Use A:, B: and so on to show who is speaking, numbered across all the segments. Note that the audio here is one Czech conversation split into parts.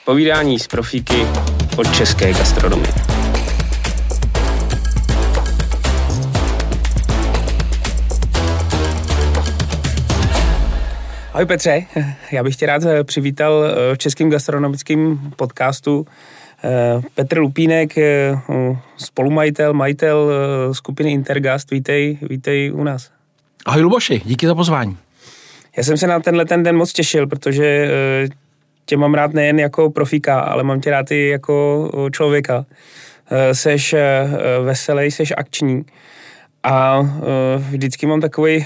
A: Povídání z profíky od české gastronomie. Ahoj Petře, já bych tě rád přivítal v českém gastronomickém podcastu. Petr Lupínek, majitel skupiny Intergast, vítej u nás.
B: Ahoj Luboši, díky za pozvání.
A: Já jsem se na ten den moc těšil, protože tě mám rád nejen jako profíka, ale mám tě rád i jako člověka. Seš veselý, seš akční a vždycky mám takový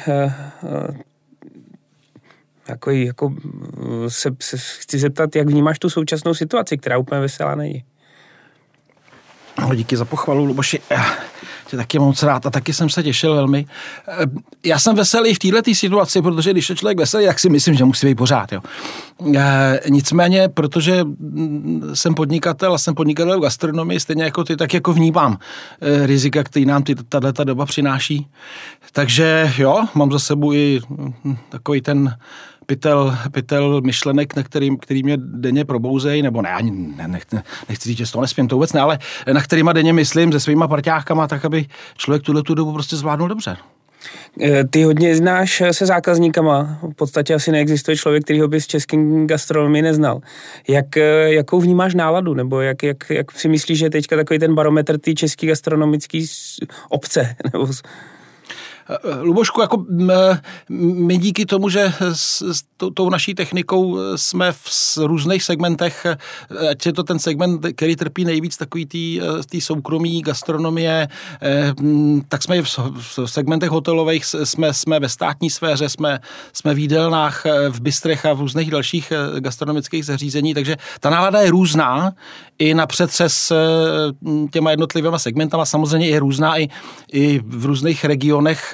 A: se chci zeptat, jak vnímáš tu současnou situaci, která úplně veselá není.
B: No, díky za pochvalu, Luboši. Tě taky moc rád a taky jsem se těšil velmi. Já jsem veselý v této situaci, protože když je člověk veselý, tak si myslím, že musí být pořád. Jo. Nicméně, protože jsem podnikatel a jsem podnikatel v gastronomii, stejně jako ty, tak jako vnímám rizika, který nám tato doba přináší. Takže jo, mám za sebou i takový ten pytel myšlenek, který mě denně probouzejí, nebo ne, ani nechci říct, že z toho nespím, to vůbec ne, ale na kterýma denně myslím se svýma parťákama, tak aby člověk tu dobu prostě zvládnul dobře.
A: Ty hodně znáš se zákazníkama, v podstatě asi neexistuje člověk, který ho by z české gastronomii neznal. Jakou vnímáš náladu, nebo jak si myslíš, že je teďka takový ten barometr té české gastronomické obce, nebo...
B: Lubošku, jako my díky tomu, že s tou naší technikou jsme v různých segmentech, ať je to ten segment, který trpí nejvíc takový tý soukromí gastronomie, tak jsme v segmentech hotelových, jsme ve státní sféře, jsme v jídelnách, v bistrech a v různých dalších gastronomických zařízení, takže ta nálada je různá i napřed přes těma jednotlivýma segmentama, samozřejmě je různá i v různých regionech,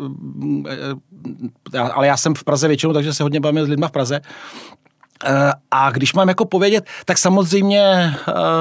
B: ale já jsem v Praze většinou, takže se hodně bavím s lidma v Praze. A když mám jako povědět, tak samozřejmě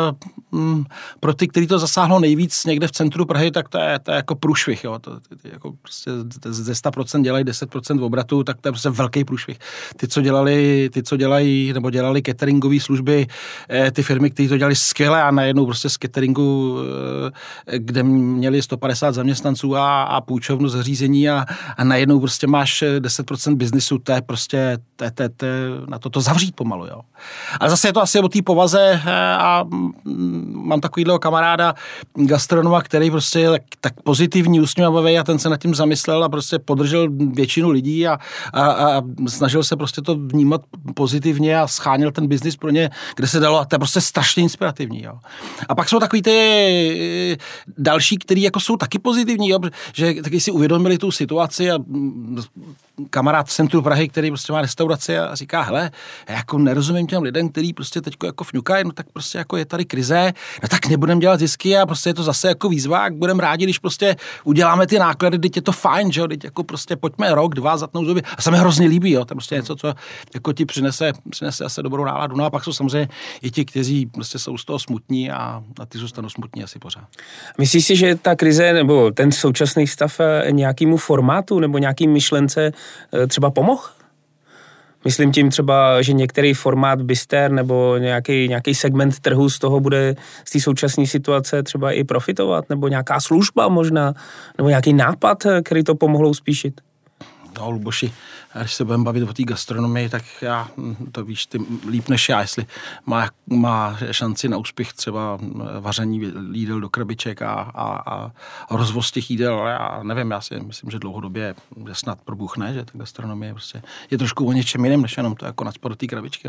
B: pro ty, který to zasáhlo nejvíc někde v centru Prahy, tak to je jako průšvih. Jo. To jako prostě ze 100% dělají 10% obratu, tak to je prostě velký průšvih. Ty, co dělají nebo dělali cateringové služby, ty firmy, které to dělali skvěle a najednou prostě z cateringu, kde měli 150 zaměstnanců a půjčovnu zařízení a najednou prostě máš 10% biznisu, to je prostě na to zavřít pomalu, jo. Ale zase je to asi o té povaze a mám takovýhleho kamaráda, gastronoma, který prostě je tak pozitivní, usměvavý a ten se nad tím zamyslel a prostě podržel většinu lidí a snažil se prostě to vnímat pozitivně a schánil ten biznis pro ně, kde se dalo a to je prostě strašně inspirativní, jo. A pak jsou takový ty další, který jako jsou taky pozitivní, jo, že taky si uvědomili tu situaci a kamarád v centru Prahy, který prostě má restauraci a říká, hele, já jako nerozumím těm lidem, který prostě teďko jako fňukají, no tak prostě jako je tady krize, no tak nebudem dělat zisky a prostě je to zase jako výzva, jak budeme rádi, když prostě uděláme ty náklady, teď je to fajn, že jo, teď jako prostě pojďme rok, 2 zatnout zuby a se mi hrozně líbí, jo, to je prostě něco, co jako ti přinese asi dobrou náladu, no a pak jsou samozřejmě i ti, kteří prostě jsou z toho smutní a ty zůstanou smutní asi pořád.
A: Myslíš si, že ta krize nebo ten současný stav nějakému formátu nebo nějaký myšlence třeba pomohl? Myslím tím třeba, že některý formát bister nebo nějaký segment trhu z toho bude z té současné situace třeba i profitovat, nebo nějaká služba možná, nebo nějaký nápad, který to pomohlo uspíšit?
B: No, Luboši, když se budeme bavit o té gastronomii, tak já, to víš ty líp než já, jestli má šanci na úspěch třeba vaření jídel do krabiček a rozvoz těch jídel, já nevím, já si myslím, že dlouhodobě snad probuchne, že ta gastronomie prostě je trošku o něčem jiném, než jenom to jako nacpat do té krabičky.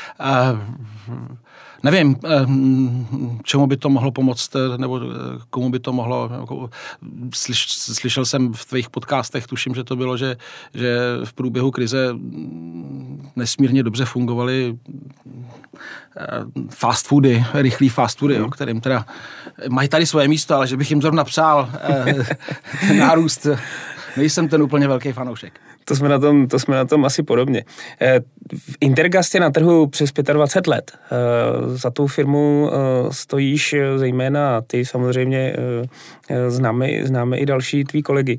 B: Nevím, čemu by to mohlo pomoct, nebo komu by to mohlo, jako, slyšel jsem v tvých podcastech, tuším, že to bylo, že v průběhu krize nesmírně dobře fungovaly fast foody, rychlý fast foody, jo, kterým teda mají tady svoje místo, ale že bych jim zrovna přál nárůst, nejsem ten úplně velký fanoušek.
A: To jsme na tom asi podobně. Intergast je na trhu přes 25 let. Za tou firmu stojíš zejména ty, samozřejmě známe i další tví kolegy.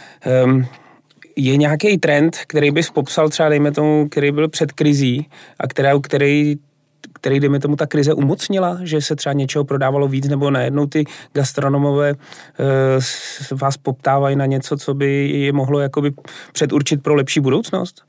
A: Je nějaký trend, který bys popsal třeba, dejme tomu, který byl před krizí a který který, dejme tomu, ta krize umocnila, že se třeba něčeho prodávalo víc, nebo najednou ty gastronomové vás poptávají na něco, co by je mohlo jakoby předurčit pro lepší budoucnost?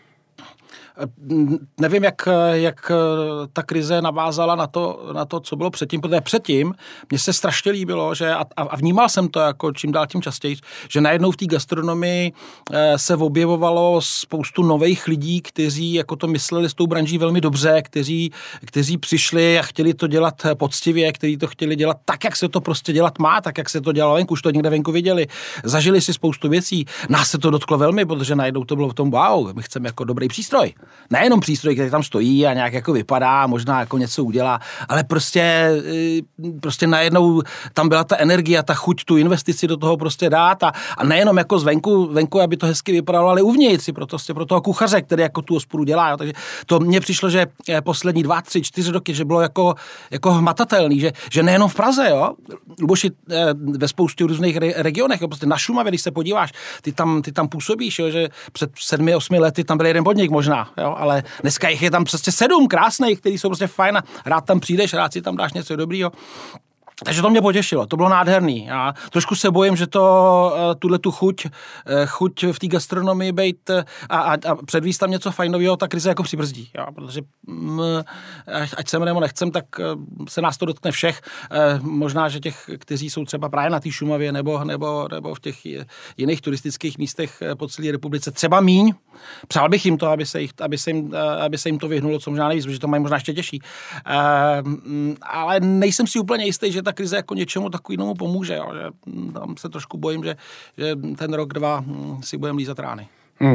B: Nevím, jak ta krize navázala na to, co bylo předtím, protože předtím mně se strašně líbilo, že a vnímal jsem to jako čím dál tím častěji, že najednou v té gastronomii se objevovalo spoustu nových lidí, kteří jako to mysleli s tou branží velmi dobře, kteří přišli a chtěli to dělat poctivě, kteří to chtěli dělat tak, jak se to prostě dělat má, tak, jak se to dělalo venku, už to někde venku viděli, zažili si spoustu věcí. Nás se to dotklo velmi, protože najednou to bylo v tom wow, my chceme jako dobrý přístroj. Nejenom přístroj, který tam stojí a nějak jako vypadá, možná jako něco udělá, ale prostě najednou tam byla ta energie, ta chuť tu investici do toho prostě dát a nejenom jako venku, aby to hezky vypadalo, ale uvnitř pro toho kuchaře, který jako tu hospodu dělá. Jo. Takže to mně přišlo, že poslední 2, 3, 4 roky, že bylo jako hmatatelný, že nejenom v Praze, jo, Luboši, ve spoustě různých regionech, jo, prostě na Šumavě, když se podíváš, ty tam působíš, jo, že před 7-8 lety tam byl jeden podnik možná, jo, ale dneska jich je tam prostě 7 krásných, který jsou prostě fajn a rád tam přijdeš, rád si tam dáš něco dobrýho. Takže to mě potěšilo, to bylo nádherný. A trošku se bojím, že tu chuť v té gastronomii bejt a předvíst tam něco fajnového, ta krize jako přibrzdí. Jo? Protože ať chceme nebo nechcem, tak se nás to dotkne všech. Možná, že těch, kteří jsou třeba právě na té Šumavě nebo v těch jiných turistických místech po celé republice, třeba míň. Přál bych jim to, aby se jim to vyhnulo, co možná nejvíc, protože to mají možná ještě těžší. Ale nejsem si úplně jistý, že ta krize jako něčemu takovému pomůže. Jo? Že tam se trošku bojím, že ten rok, 2 si budeme lízat rány.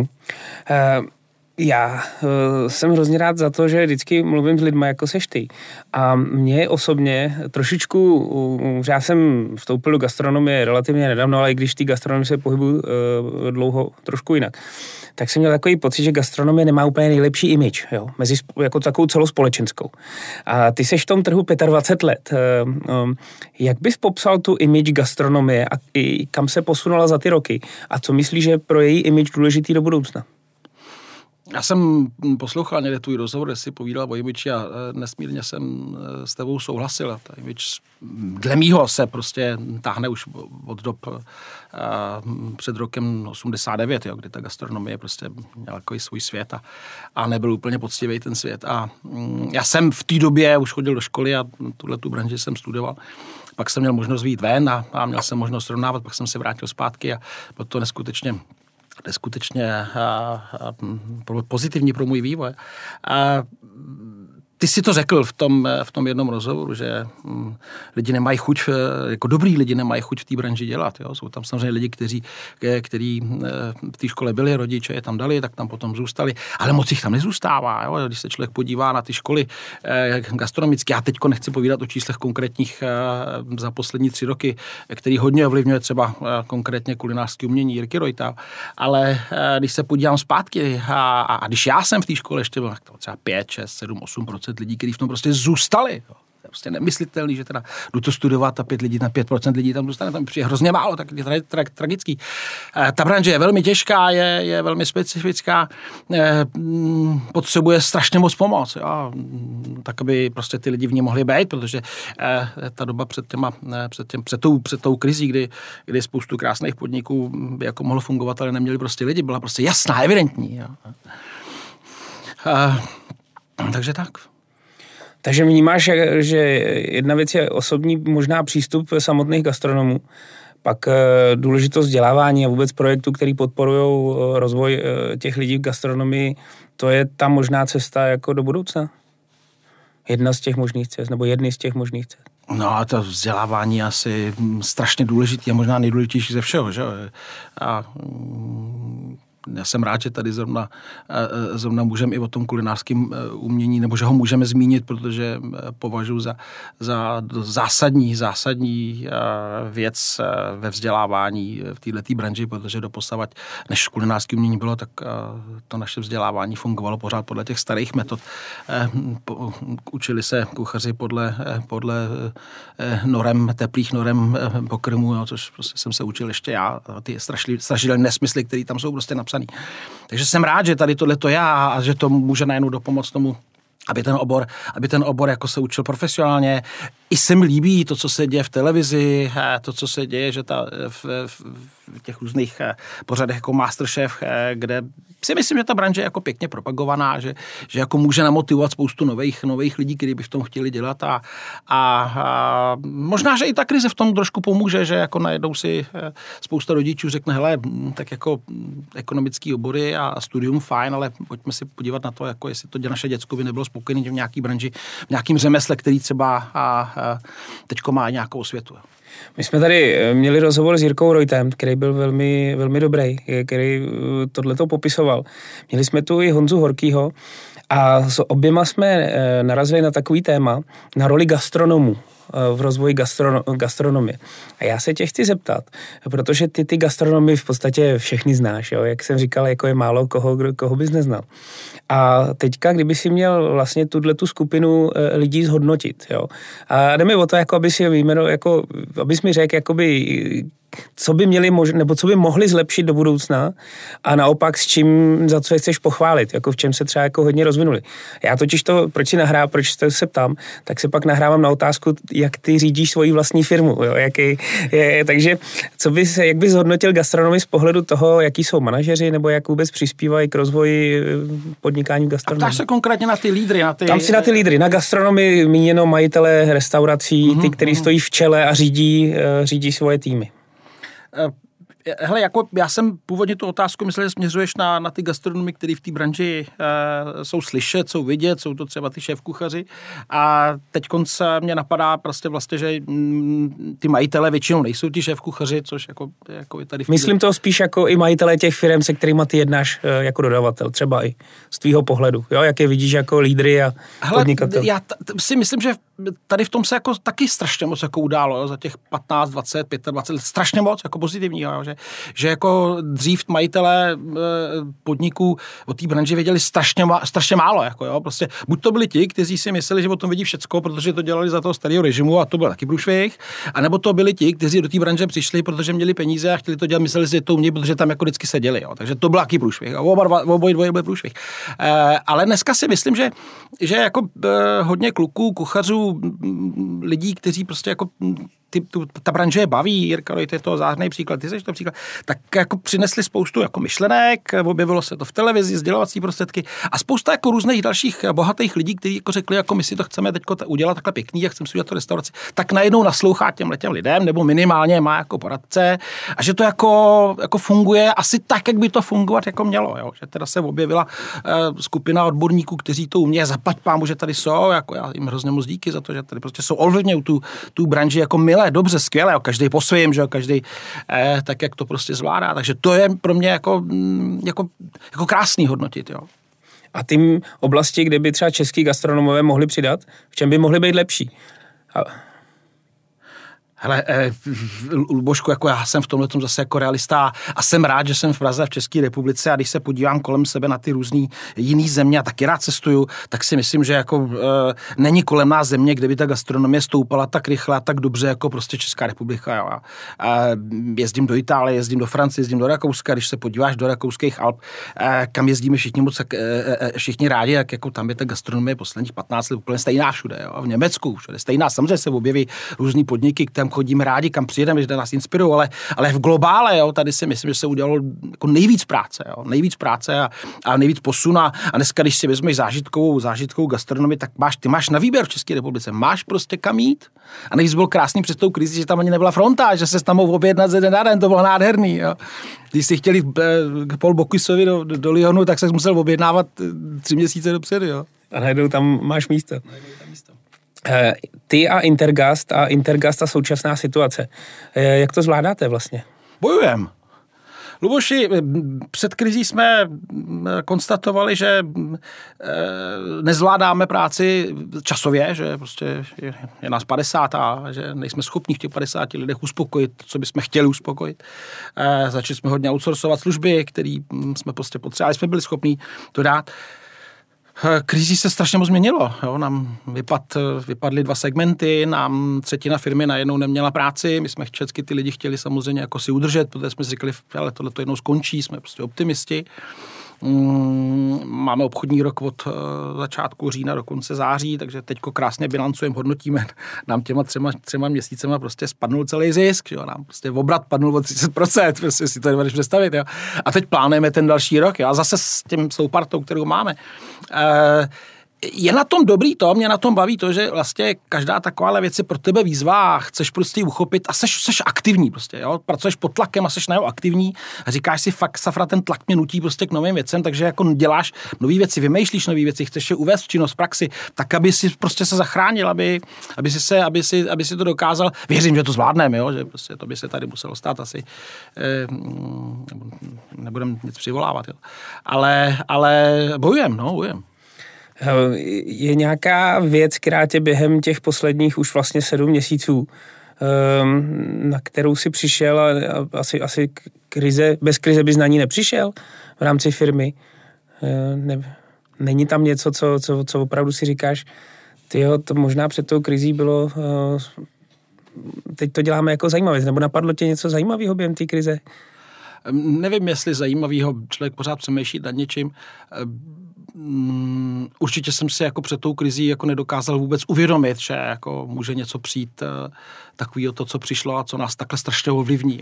A: Já jsem hrozně rád za to, že vždycky mluvím s lidmi, jako seš ty. A mě osobně trošičku, že já jsem vstoupil do gastronomie relativně nedávno, ale i když v té gastronomii se pohybuju dlouho trošku jinak, tak jsem měl takový pocit, že gastronomie nemá úplně nejlepší image, jo, mezi jako takovou celospolečenskou. A ty seš v tom trhu 25 let. Jak bys popsal tu image gastronomie a i kam se posunula za ty roky? A co myslíš, že je pro její image důležitý do budoucna?
B: Já jsem poslouchal někde tvůj rozhovor, kde jsi povídal o image a nesmírně jsem s tebou souhlasil. Ta image dle mýho se prostě táhne už od dob před rokem 89, jo, kdy ta gastronomie prostě měla takový svůj svět a nebyl úplně poctivý ten svět. A já jsem v té době už chodil do školy a tu branži jsem studoval. Pak jsem měl možnost vyjít ven a měl jsem možnost srovnávat, pak jsem se vrátil zpátky a bylo to neskutečně pozitivní pro můj vývoj. Ty si to řekl v tom jednom rozhovoru, že lidi nemají chuť, jako dobrý lidi nemají chuť v té branži dělat. Jo? Jsou tam samozřejmě lidi, kteří v té škole byli, rodiče je tam dali, tak tam potom zůstali, ale moc jich tam nezůstává. Jo? Když se člověk podívá na ty školy gastronomické, já teďko nechci povídat o číslech konkrétních za poslední 3 roky, který hodně ovlivňuje třeba konkrétně kulinářské umění Jirky Rojta, ale když se podívám zpátky a když já jsem v té škole ještě byl třeba 5, 6, 7, 8% lidí, kteří v tom prostě zůstali. Jo. Je prostě nemyslitelný, že teda jdu to studovat a 5% lidí tam zůstane, tam je hrozně málo, tak je tragický. Ta branže je velmi těžká, je velmi specifická, potřebuje strašně moc pomoc, jo. Tak aby prostě ty lidi v ní mohli být, protože ta doba před tou krizí, kdy spoustu krásných podniků by jako mohlo fungovat, ale neměli prostě lidi, byla prostě jasná, evidentní. Jo. Takže tak.
A: Takže vnímáš, že jedna věc je osobní možná přístup samotných gastronomů, pak důležitost vzdělávání a vůbec projektů, který podporují rozvoj těch lidí v gastronomii, to je ta možná cesta jako do budoucna? Jedna z těch možných cest, nebo jedny z těch možných cest?
B: No a to vzdělávání je asi strašně důležitý a možná nejdůležitější ze všeho, že? A já jsem rád, že tady zrovna můžeme i o tom kulinářském umění, nebo že ho můžeme zmínit, protože považuji za zásadní věc ve vzdělávání v této branži, protože doposavad, než kulinářské umění bylo, tak to naše vzdělávání fungovalo pořád podle těch starých metod. Učili se kuchaři podle norem, teplých norem pokrmu, což prostě jsem se učil ještě já. Ty strašidelné nesmysly, které tam jsou prostě napsané. Takže jsem rád, že tady tohleto já a že to může najednou dopomoct tomu aby ten obor jako se učil profesionálně. I se mi líbí to, co se děje v televizi, to, co se děje, že v těch různých pořadech jako Masterchef, kde si myslím, že ta branže je jako pěkně propagovaná, že jako může namotivovat spoustu nových lidí, kteří by v tom chtěli dělat a možná, že i ta krize v tom trošku pomůže, že jako najednou si spousta rodičů řekne, hele, tak jako ekonomický obory a studium fajn, ale pojďme si podívat na to, jako jestli to naše děcko by nebylo spokojené v nějaký branži, v nějakým řemesle, který třeba teďko má nějakou osvětu.
A: My jsme tady měli rozhovor s Jirkou Reutem, který byl velmi, velmi dobrý, který tohleto popisoval. Měli jsme tu i Honzu Horkýho a s oběma jsme narazili na takový téma, na roli gastronomů v rozvoji gastronomie. A já se tě chci zeptat, protože ty gastronomy v podstatě všechny znáš, jo? Jak jsem říkal, jako je málo koho bys neznal. A teďka, kdyby si měl vlastně tu skupinu lidí zhodnotit, jo? A jde mi o to, jako aby si vyjmenoval, jako abys mi řekl, jakoby, co by měli nebo co by mohli zlepšit do budoucna a naopak s čím, za co je chceš pochválit, jako v čem se třeba jako hodně rozvinuli. Já totiž to, proč se ptám, tak se pak nahrávám na otázku, jak ty řídíš svoji vlastní firmu, jo, takže jak bys zhodnotil gastronomii z pohledu toho, jaký jsou manažeři nebo jak vůbec přispívají k rozvoji podnikání v gastronomii.
B: A ptáš se konkrétně na ty lídry,
A: Tam si na ty lídry, na gastronomii míněno majitele restaurací, ty, kteří stojí v čele a řídí svoje týmy.
B: Hele, jako já jsem původně tu otázku myslel, že směřuješ na ty gastronomy, kteří v té branži jsou slyšet, jsou vidět, jsou to třeba ty šéfkuchaři a teď konce mě napadá prostě vlastně, že ty majitele většinou nejsou ti šéfkuchaři, což jako je tady...
A: Myslím to spíš jako i majitele těch firm, se kterými ty jednáš jako dodavatel, třeba i z tvýho pohledu, jo, jak je vidíš jako lídry a podnikatel.
B: Já si myslím, že tady v tom se jako taky strašně moc jako událo, jo, za těch 15, 20, 25 let, strašně moc jako pozitivního, jo, že jako dřív majitelé podniků o té branži věděli strašně málo, jako jo, prostě buď to byli ti, kteří si mysleli, že o tom vědí všecko, protože to dělali za toho starého režimu a to byl taky průšvih, anebo to byli ti, kteří do té branže přišli, protože měli peníze a chtěli to dělat, mysleli si, že to umějí, protože tam jako vždycky seděli, jo, takže to byl taky průšvih, obojí dvoje byl průšvih. Ale dneska si myslím, že jako hodně kluků, kuchařů, lidí, kteří prostě jako ta branže je baví, Jirka, to je to zářný příklad, ty jsi to příklad, tak jako přinesli spoustu jako myšlenek, objevilo se to v televizi, sdělovací prostředky a spousta jako různých dalších bohatých lidí, kteří jako řekli, jako my si to chceme teď udělat takhle pěkný a chceme si udělat to restauraci, tak najednou naslouchá těm lidem, nebo minimálně má jako poradce a že to jako funguje asi tak, jak by to fungovat jako mělo, jo? Že teda se objevila skupina odborníků, kteří to umějí, zaplať pámu, že tady jsou, jako já jim hrozně moc díky za to, že tady prostě jsou ovlivňují tu branži jako milé, dobře, skvěle, jo? Každý po svým, že jo? Každý tak, jak to prostě zvládá, takže to je pro mě jako krásný hodnotit, jo.
A: A tím oblasti, kde by třeba český gastronomové mohli přidat, v čem by mohli být lepší?
B: Hele, Lubošku, jako já jsem v tomhletom zase jako realista a jsem rád, že jsem v Praze, v České republice a když se podívám kolem sebe na ty různý jiný země a taky rád cestuju, tak si myslím, že jako není kolem nás země, kde by ta gastronomie stoupala tak rychle a tak dobře jako prostě Česká republika. Jo. A jezdím do Itálie, jezdím do Francie, jezdím do Rakouska, když se podíváš do rakouských Alp, kam jezdíme všichni rádi, jak jako tam je ta gastronomie posledních 15 let úplně stejná všude. Jo. V Německu všude stejná, samozřejmě se objeví různý podniky, tam chodíme rádi, kam přijedeme, že nás inspirují, ale v globále, jo, tady si myslím, že se udělalo jako nejvíc práce a nejvíc posun a dneska, když si vezmeš zážitkovou gastronomii, tak ty máš na výběr v České republice, máš prostě kam jít. A nejvíc byl krásný přes tou krizi, že tam ani nebyla fronta, že se tam mohl objednat ze den na den, to bylo nádherný, jo. Když si chtěli k Paul Bocusovi do Lyonu, tak se musel objednávat 3 měsíce dopředu, jo.
A: A najednou tam máš místo. Ty a Intergast a současná situace. Jak to zvládáte vlastně?
B: Bojujem. Luboši, před krizí jsme konstatovali, že nezvládáme práci časově, že prostě je nás 50 a že nejsme schopni v těch 50 lidech uspokojit, co bychom chtěli uspokojit. Začali jsme hodně outsourcovat služby, které jsme prostě potřebovali, jsme byli schopni to dát. Krizí se strašně moc změnilo. Jo? Nám vypadly 2 segmenty, nám 1/3 firmy najednou neměla práci, my jsme všechny ty lidi chtěli samozřejmě jako si udržet, protože jsme si říkali, ale tohle to jednou skončí, jsme prostě optimisti. Máme obchodní rok od začátku října do konce září, takže teďko krásně bilancujeme, hodnotíme. Nám těma třema měsícema prostě spadnul celý zisk, jo? Nám prostě obrat padnul o 30%, prostě si to nemáš představit. Jo? A teď plánujeme ten další rok, jo? A zase s tou partou, kterou máme. Je na tom dobrý to, mě na tom baví to, že vlastně každá taková věc je pro tebe výzva a chceš prostě uchopit a seš aktivní prostě, jo? Pracuješ pod tlakem a seš na jeho aktivní a říkáš si fakt, safra, ten tlak mě nutí prostě k novým věcem, takže jako děláš nové věci, vymýšlíš nové věci, chceš je uvést v činnost, v praxi, tak aby si prostě se zachránil, aby si to dokázal. Věřím, že to zvládneme, jo? Že prostě to by se tady muselo stát asi, nebudem nic přivolávat, jo? Ale bojujem.
A: Je nějaká věc, která tě během těch posledních už vlastně 7 měsíců, na kterou si přišel a asi bez krize bys na ní nepřišel v rámci firmy? Není tam něco, co opravdu si říkáš, tyjo, to možná před tou krizí bylo, teď to děláme jako zajímavé, nebo napadlo tě něco zajímavého během té krize?
B: Nevím, jestli zajímavého, člověk pořád přemýšlí nad něčím. Určitě jsem si jako před tou krizí jako nedokázal vůbec uvědomit, že jako může něco přijít takového to, co přišlo a co nás takhle strašně ovlivní.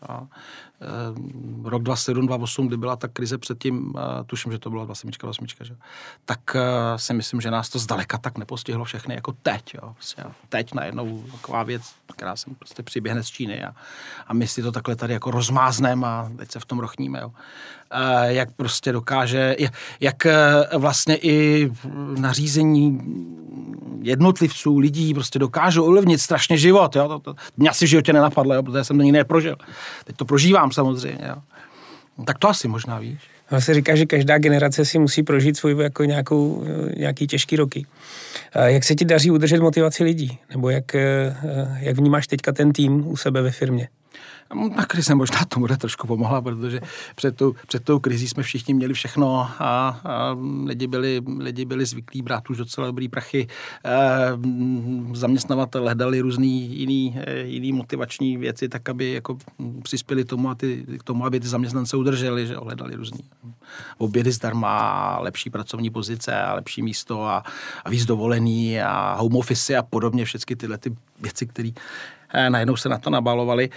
B: Rok 2007, 2008, kdy byla ta krize předtím, tuším, že to byla 2008, že? Tak si myslím, že nás to zdaleka tak nepostihlo všechny jako teď. Jo? Teď najednou taková věc, která sem prostě přiběhne z Číny a my si to takhle tady jako rozmázneme a teď se v tom rochníme. Jo? Jak prostě dokáže, jak vlastně i nařízení jednotlivců, lidí prostě dokážou ovlivnit strašně život. Jo? To mě asi v životě nenapadlo, jo? Protože jsem to nikdy neprožil. Teď to prožívám samozřejmě. Jo? Tak to asi možná víš.
A: Se říká, že každá generace si musí prožít svůj jako nějaký těžký roky. Jak se ti daří udržet motivaci lidí? Nebo jak vnímáš teďka ten tým u sebe ve firmě?
B: Na krize možná tomu trošku pomohla, protože před tou krizí jsme všichni měli všechno a lidi byli zvyklí brát už docela dobrý prachy. Zaměstnavatelé hledali různý jiný motivační věci, tak aby jako přispěli k tomu, aby ty zaměstnance udrželi, že hledali různý obědy zdarma, lepší pracovní pozice a lepší místo a víc dovolený a home office a podobně, všechny tyhle ty věci, které najednou se na to nabalovali.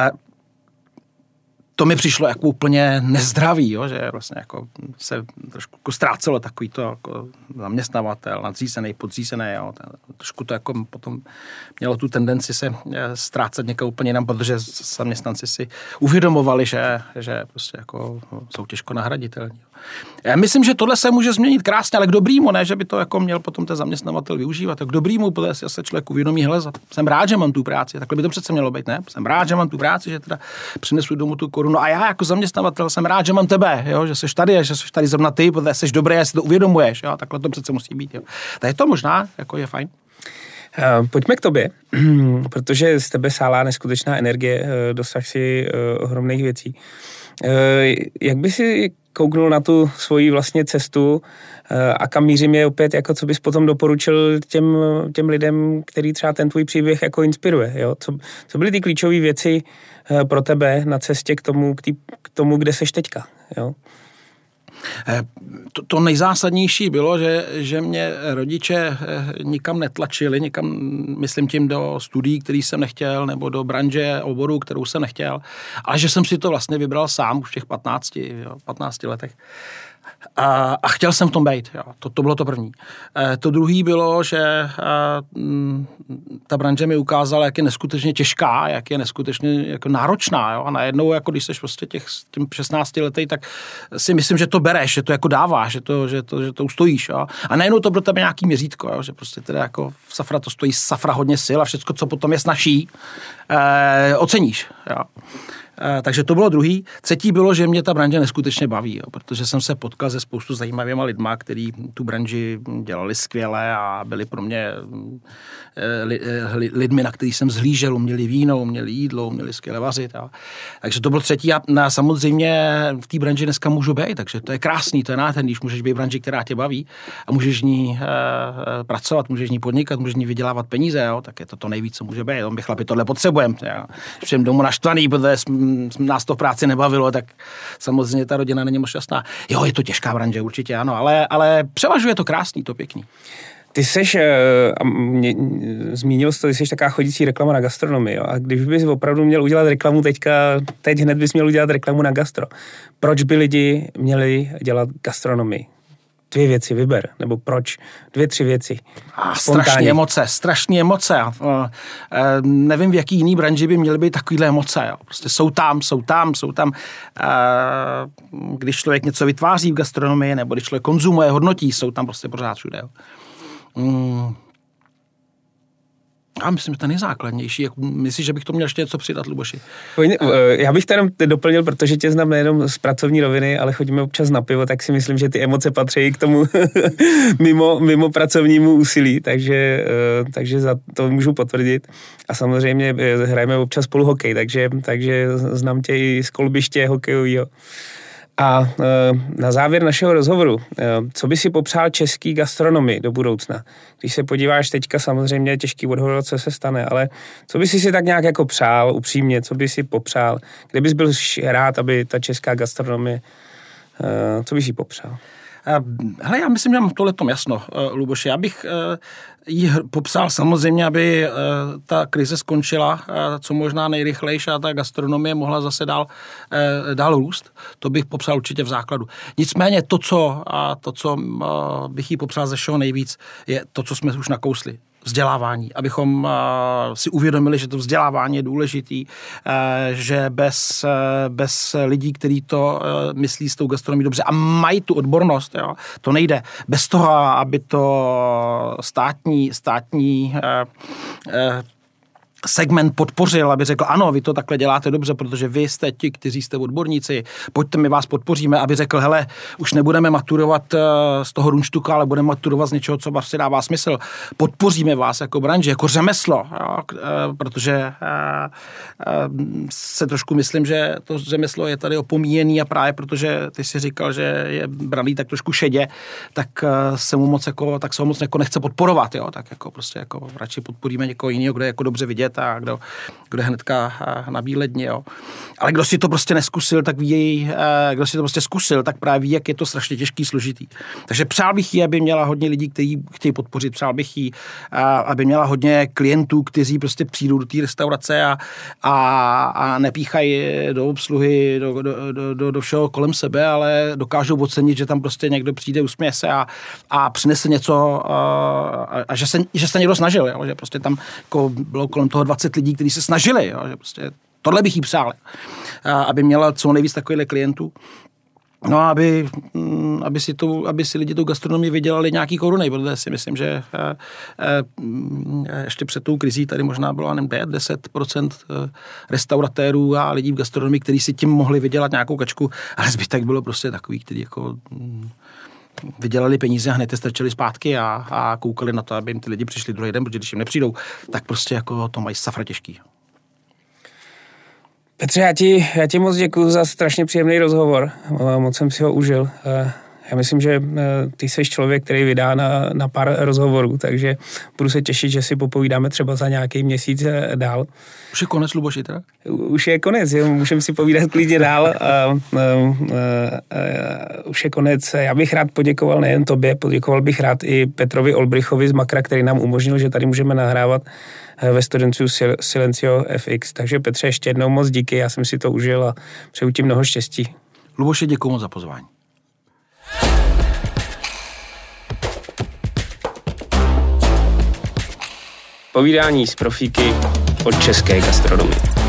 B: To mi přišlo jako úplně nezdravý, jo, že vlastně jako se trošku jako ztrácelo takový to jako zaměstnavatel, nadřízený, podřízený, jo. Trošku to jako potom mělo tu tendenci se ztrácet někam úplně jinam, protože zaměstnanci si uvědomovali, že prostě jako jsou těžko nahraditelní. Já myslím, že tohle se může změnit krásně, ale k dobrýmu, ne, že by to jako měl potom ten zaměstnavatel využívat. K dobrýmu, protože se člověk uvědomí, hele, jsem rád, že mám tu práci. Takhle by to přece mělo být, ne? Jsem rád, že mám tu práci, že teda přinesu domů tu korunu. A já jako zaměstnavatel jsem rád, že mám tebe, jo? Že jsi tady zrovna ty, protože jsi dobrý, a si to uvědomuješ. Jo? Takhle to přece musí být. Jo? Tak to možná jako je fajn.
A: Pojďme k tobě, protože z tebe sálá neskutečná energie, dosah si ohromných věcí. Jak by si kouknul na tu svoji vlastně cestu a kam mířím je opět, jako co bys potom doporučil těm lidem, který třeba ten tvůj příběh jako inspiruje, jo? Co byly ty klíčové věci pro tebe na cestě k tomu, kde seš teďka, jo?
B: To nejzásadnější bylo, že mě rodiče nikam netlačili, myslím tím do studií, který jsem nechtěl, nebo do branže, oboru, kterou jsem nechtěl, ale že jsem si to vlastně vybral sám už v těch 15 letech. A chtěl jsem v tom být. Jo. To bylo to první. To druhý bylo, že ta branže mi ukázala, jak je neskutečně těžká, jak je neskutečně jako náročná. Jo. A najednou, jako když jsi prostě tím 16 letej, tak si myslím, že to bereš, že to jako dáváš, že to ustojíš. Jo. A najednou to pro tebe nějaký měřítko, jo. Že prostě teda jako v safra to stojí safra hodně sil a všecko, co potom je snaží, oceníš. Jo. Takže to bylo druhý. Třetí bylo, že mě ta branže neskutečně baví, jo, protože jsem se potkal se spoustu zajímavýma lidma, kteří tu branži dělali skvěle a byli pro mě lidmi, na který jsem zhlížel, uměli víno, uměli jídlo, uměli skvěle vařit. Jo. Takže to bylo třetí a samozřejmě v té branži dneska můžu být, takže to je krásný, to je nádherný, když můžeš být v branži, která tě baví a můžeš v ní pracovat, můžeš v ní podnikat, můžeš v ní vydělávat peníze, jo, tak je to nejvíc, co může být. My chlapi tohle potřebujeme. Všem domů naštvaný, protože nás to v práci nebavilo, tak samozřejmě ta rodina není moc šťastná. Jo, je to těžká branže, určitě ano, ale převažuje to krásný, to pěkný.
A: Ty seš, zmínil jsi to, ty seš taková chodící reklama na gastronomii, jo? A když bys opravdu měl udělat reklamu teď hned bys měl udělat reklamu na gastro. Proč by lidi měli dělat gastronomii? 2 věci vyber, nebo proč? 2, 3 věci.
B: Strašné emoce. Nevím, v jaký jiný branži by měly být takovýhle emoce. Jo. Prostě jsou tam. Když člověk něco vytváří v gastronomii, nebo když člověk konzumuje, hodnotí, jsou tam prostě pořád všude. Jo. Já myslím, že to je nejzákladnější. Myslíš, že bych to měl ještě něco přidat, Luboši?
A: Já bych to jenom doplnil, protože tě znám nejenom z pracovní roviny, ale chodíme občas na pivo, tak si myslím, že ty emoce patří k tomu mimo pracovnímu úsilí, takže za to můžu potvrdit. A samozřejmě hrajeme občas spolu hokej, takže znám tě i z kolbiště hokejového. A na závěr našeho rozhovoru, co by si popřál český gastronomii do budoucna? Když se podíváš teďka, samozřejmě těžký odhodovat, co se stane, ale co by si tak nějak jako přál, upřímně, co by si popřál? Kde bys byl rád, aby ta česká gastronomie, co by si popřál?
B: Hele, já myslím, že mám tohletom jasno, Luboši. Já bych jí popsal samozřejmě, aby ta krize skončila co možná nejrychlejší a ta gastronomie mohla zase dál růst. To bych popsal určitě v základu. Nicméně to, co bych jí popsal ze všeho nejvíc, je to, co jsme už nakousli. Vzdělávání, abychom si uvědomili, že to vzdělávání je důležitý, že bez lidí, kteří to myslí s tou gastronomií dobře a mají tu odbornost, jo, to nejde. Bez toho, aby to státní segment podpořil, aby řekl, ano, vy to takhle děláte dobře, protože vy jste ti, kteří jste odborníci, pojďte, my vás podpoříme, aby řekl, hele, už nebudeme maturovat z toho runštuka, ale budeme maturovat z něčeho, co vlastně dává smysl. Podpoříme vás jako branži, jako řemeslo, jo, protože se trošku myslím, že to řemeslo je tady opomíjený a právě protože ty si říkal, že je braný tak trošku šedě, tak se ho moc jako nechce podporovat, jo, tak jako prostě jako radši podporíme někoho jiného, kdo je jako dobře vidět a kdo je hnedka na bíledně, jo. Ale kdo si to prostě neskusil, tak ví, kdo si to prostě zkusil, tak právě ví, jak je to strašně těžký, složitý. Takže přál bych jí, aby měla hodně lidí, kteří chtějí podpořit, přál bych jí, aby měla hodně klientů, kteří prostě přijdou do té restaurace a nepíchají do obsluhy, do všeho kolem sebe, ale dokážou ocenit, že tam prostě někdo přijde, usměje se a přinese něco a že se někdo snažil, jo, že prostě tam jako bylo kolem toho 20 lidí, kteří se snažili, jo, že prostě tohle bych jí přál, aby měla co nejvíc takovýchhle klientů. No a aby si lidi tou gastronomii vydělali nějaký koruny, protože si myslím, že ještě před tou krizí tady možná bylo 10% restauratérů a lidí v gastronomii, kteří si tím mohli vydělat nějakou kačku, ale zbytek bylo prostě takový, kteří jako vydělali peníze a hned je strčili zpátky a koukali na to, aby jim ty lidi přišli druhý den, protože když jim nepřijdou, tak prostě jako to mají safra těžký.
A: Petře, já ti moc děkuju za strašně příjemný rozhovor. Moc jsem si ho užil. Já myslím, že ty jsi člověk, který vydá na pár rozhovorů, takže budu se těšit, že si popovídáme třeba za nějaký měsíc dál.
B: Už je konec, Luboši, teda?
A: Už je konec, můžeme si povídat klidně dál. Už je konec. Já bych rád poděkoval nejen tobě, poděkoval bych rád i Petrovi Olbrichovi z Makra, který nám umožnil, že tady můžeme nahrávat ve Studenciu Silencio FX. Takže Petře, ještě jednou moc díky, já jsem si to užil a přeju ti mnoho štěstí.
B: Luboši, děkuju moc za pozvání.
A: Povídání z profíky od české gastronomie.